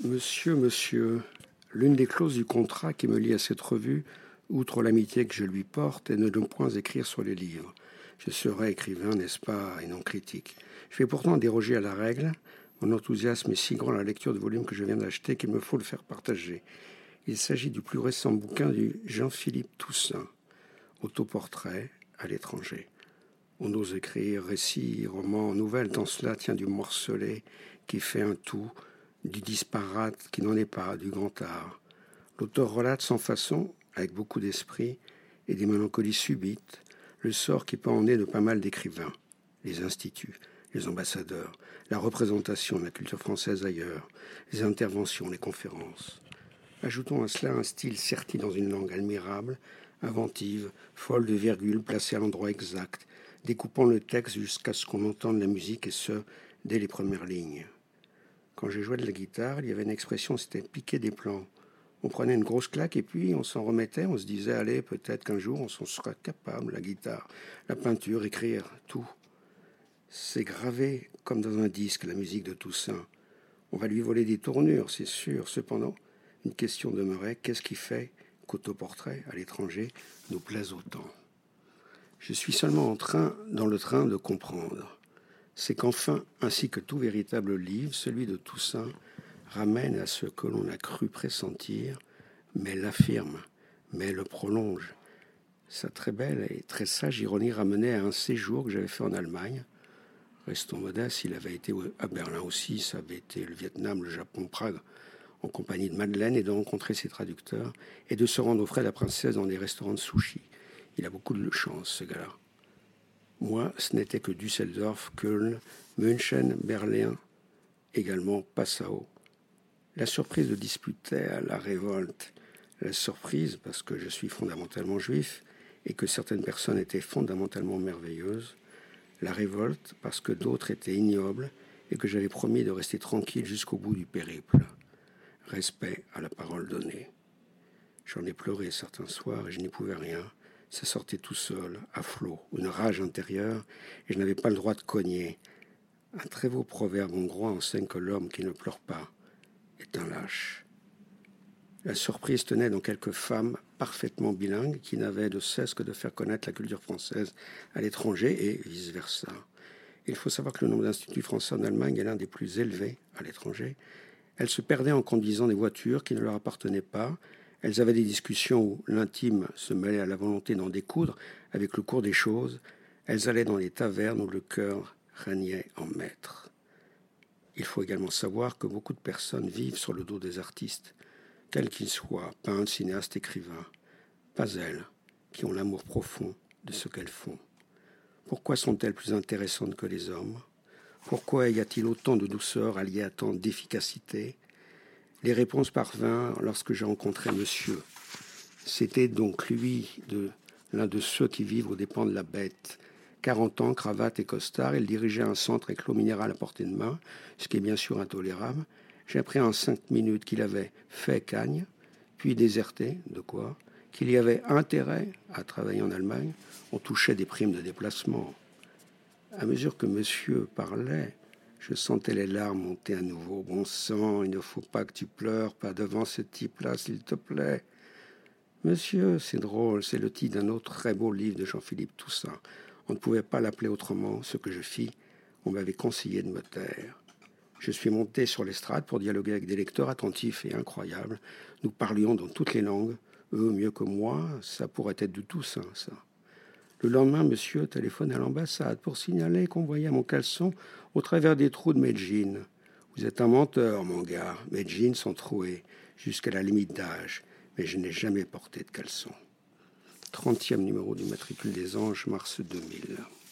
Monsieur, l'une des clauses du contrat qui me lie à cette revue, outre l'amitié que je lui porte, est de ne point écrire sur les livres. Je serai écrivain, n'est-ce pas, et non critique. Je vais pourtant déroger à la règle. Mon enthousiasme est si grand à la lecture du volume que je viens d'acheter qu'il me faut le faire partager. Il s'agit du plus récent bouquin du Jean-Philippe Toussaint, autoportrait à l'étranger. On ose écrire récits, romans, nouvelles, tant cela tient du morcelé qui fait un tout, du disparate qui n'en est pas, du grand art. L'auteur relate sans façon, avec beaucoup d'esprit et des mélancolies subites, le sort qui peut en est de pas mal d'écrivains, les instituts, les ambassadeurs, la représentation de la culture française ailleurs, les interventions, les conférences. Ajoutons à cela un style serti dans une langue admirable, inventive, folle de virgules placées à l'endroit exact, découpant le texte jusqu'à ce qu'on entende la musique, et ce, dès les premières lignes. Quand j'ai joué de la guitare, il y avait une expression, c'était piquer des plans. On prenait une grosse claque et puis on s'en remettait, on se disait, allez, peut-être qu'un jour on s'en sera capable, la guitare, la peinture, écrire, tout. C'est gravé comme dans un disque, la musique de Toussaint. On va lui voler des tournures, c'est sûr. Cependant, une question demeurait, qu'est-ce qui fait qu'autoportrait à l'étranger nous plaise autant ? Je suis seulement dans le train de comprendre. C'est qu'enfin, ainsi que tout véritable livre, celui de Toussaint ramène à ce que l'on a cru pressentir, mais l'affirme, mais le prolonge. Sa très belle et très sage ironie ramenait à un séjour que j'avais fait en Allemagne. Restons modestes, il avait été à Berlin aussi, ça avait été le Vietnam, le Japon, Prague, en compagnie de Madeleine, et de rencontrer ses traducteurs, et de se rendre aux frais de la princesse dans des restaurants de sushi. Il a beaucoup de chance, ce gars-là. Moi, ce n'était que Düsseldorf, Köln, München, Berlin, également Passau. La surprise de disputer à la révolte. La surprise, parce que je suis fondamentalement juif et que certaines personnes étaient fondamentalement merveilleuses. La révolte, parce que d'autres étaient ignobles et que j'avais promis de rester tranquille jusqu'au bout du périple. Respect à la parole donnée. J'en ai pleuré certains soirs et je n'y pouvais rien. Ça sortait tout seul, à flot, une rage intérieure, et je n'avais pas le droit de cogner. Un très beau proverbe hongrois enseigne que l'homme qui ne pleure pas est un lâche. La surprise tenait dans quelques femmes parfaitement bilingues qui n'avaient de cesse que de faire connaître la culture française à l'étranger et vice-versa. Il faut savoir que le nombre d'instituts français en Allemagne est l'un des plus élevés à l'étranger. Elles se perdaient en conduisant des voitures qui ne leur appartenaient pas. Elles avaient des discussions où l'intime se mêlait à la volonté d'en découdre avec le cours des choses. Elles allaient dans les tavernes où le cœur régnait en maître. Il faut également savoir que beaucoup de personnes vivent sur le dos des artistes, quels qu'ils soient, peintres, cinéastes, écrivains. Pas elles, qui ont l'amour profond de ce qu'elles font. Pourquoi sont-elles plus intéressantes que les hommes ? Pourquoi y a-t-il autant de douceur alliée à tant d'efficacité ? Les réponses parvinrent lorsque j'ai rencontré monsieur. C'était donc lui, l'un de ceux qui vivent aux dépens de la bête. 40 ans, cravate et costard, il dirigeait un centre avec l'eau minérale à portée de main, ce qui est bien sûr intolérable. J'ai appris en 5 minutes qu'il avait fait cagne, puis déserté, de quoi ? Qu'il y avait intérêt à travailler en Allemagne. On touchait des primes de déplacement. À mesure que monsieur parlait, je sentais les larmes monter à nouveau. Bon sang, il ne faut pas que tu pleures, pas devant ce type-là, s'il te plaît. Monsieur, c'est drôle, c'est le titre d'un autre très beau livre de Jean-Philippe Toussaint. On ne pouvait pas l'appeler autrement, ce que je fis. On m'avait conseillé de me taire. Je suis monté sur l'estrade pour dialoguer avec des lecteurs attentifs et incroyables. Nous parlions dans toutes les langues. Eux, mieux que moi, ça pourrait être du Toussaint, ça. Le lendemain, monsieur téléphone à l'ambassade pour signaler qu'on voyait mon caleçon au travers des trous de mes jeans. Vous êtes un menteur, mon gars. Mes jeans sont troués jusqu'à la limite d'âge, mais je n'ai jamais porté de caleçon. 30e numéro du Matricule des Anges, mars 2000.